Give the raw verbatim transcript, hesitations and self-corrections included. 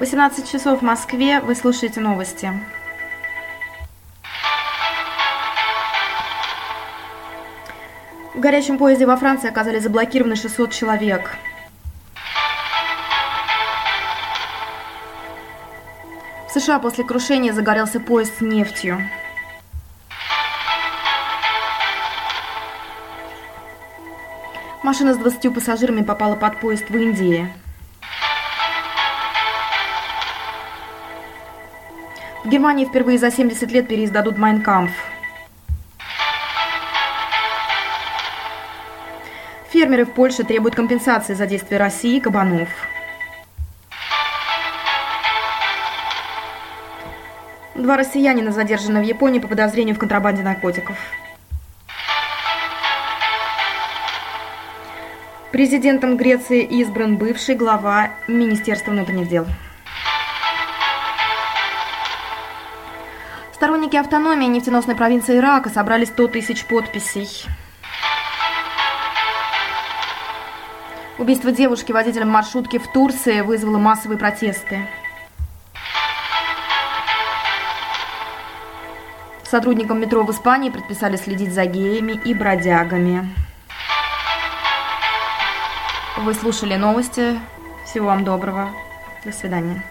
восемнадцать часов в Москве. Вы слушаете новости. В горячем поезде во Франции оказались заблокированы шестьсот человек. В США после крушения загорелся поезд с нефтью. Машина с двадцатью пассажирами попала под поезд в Индии. В Германии впервые за семьдесят лет переиздадут «Майн кампф». Фермеры в Польше требуют компенсации за действия России и кабанов. Два россиянина задержаны в Японии по подозрению в контрабанде наркотиков. Президентом Греции избран бывший глава Министерства внутренних дел. Сторонники автономии нефтеносной провинции Ирака собрали сто тысяч подписей. Убийство девушки водителем маршрутки в Турции вызвало массовые протесты. Сотрудникам метро в Испании предписали следить за геями и бродягами. Вы слушали новости. Всего вам доброго. До свидания.